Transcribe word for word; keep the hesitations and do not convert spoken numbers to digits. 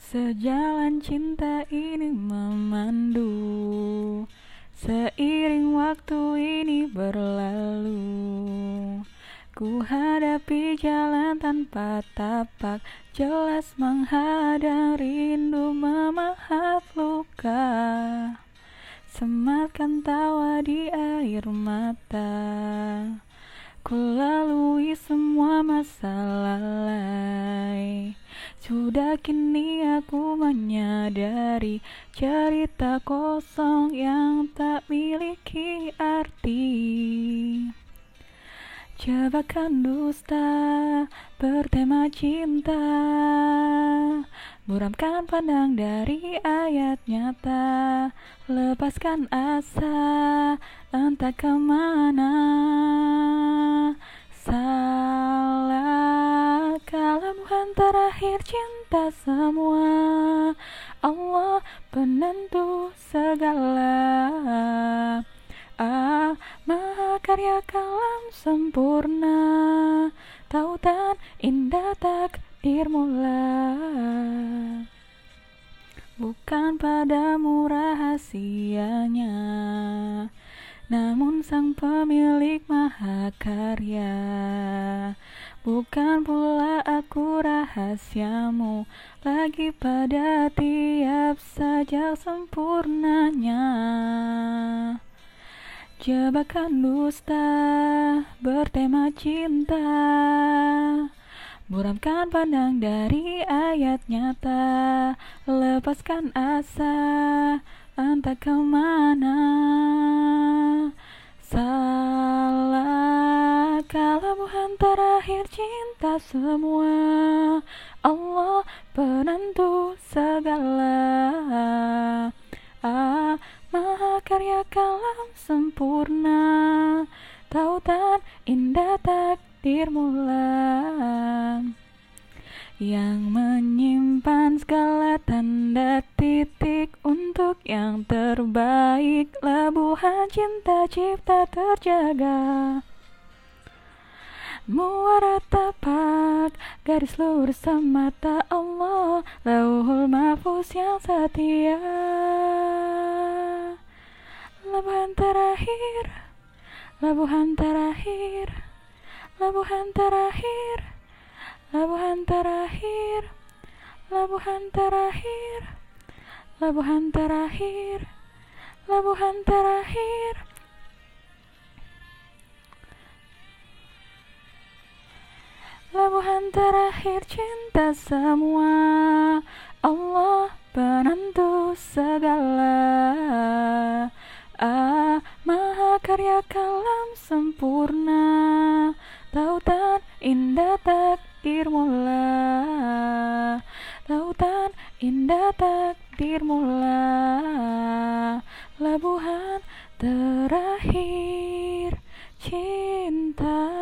Sejalan cinta ini memandu, seiring waktu ini berlalu. Ku hadapi jalan tanpa tapak, jelas menghadang rindu memahat luka. Sematkan tawa di air mata, ku lalui semua masa lalai. Sudah kini aku menyadari cerita kosong yang tak miliki arti. Jebakan dusta bertema cinta, buramkan pandang dari ayat nyata. Lepaskan asa, entah kemana. Salah kalamuhan terakhir cinta semua. Allah penentu segala. Ah, maha karya kalam sempurna, tautan indah takdir mula. Bukan padamu rahasianya, namun sang pemilik mahakarya. Bukan pula aku rahasiamu, lagi pada tiap sajak sempurnanya. Jebakan dusta bertema cinta, buramkan pandang dari ayat nyata. Lepaskan asa, entah kemana. Salah kalamuhan terakhir cinta semua. Allah penentu segala. Ah, maha karya kalam sempurna, tautan indah takdir mula. Yang menyimpan segala tanda titik untuk yang terbaik. Labuhan cinta cipta terjaga, muara tapak garis lurus semata. Allah lauhul mahfuz yang setia. Labuhan terakhir, labuhan terakhir, labuhan terakhir, labuhan terakhir, labuhan terakhir, labuhan terakhir, labuhan terakhir. Labuhan terakhir cinta semua. Allah penentu segala. Ah, maha karya kalam sempurna, tautan indah takdir mula. Tautan indah takdir mula. Labuhan terakhir cinta.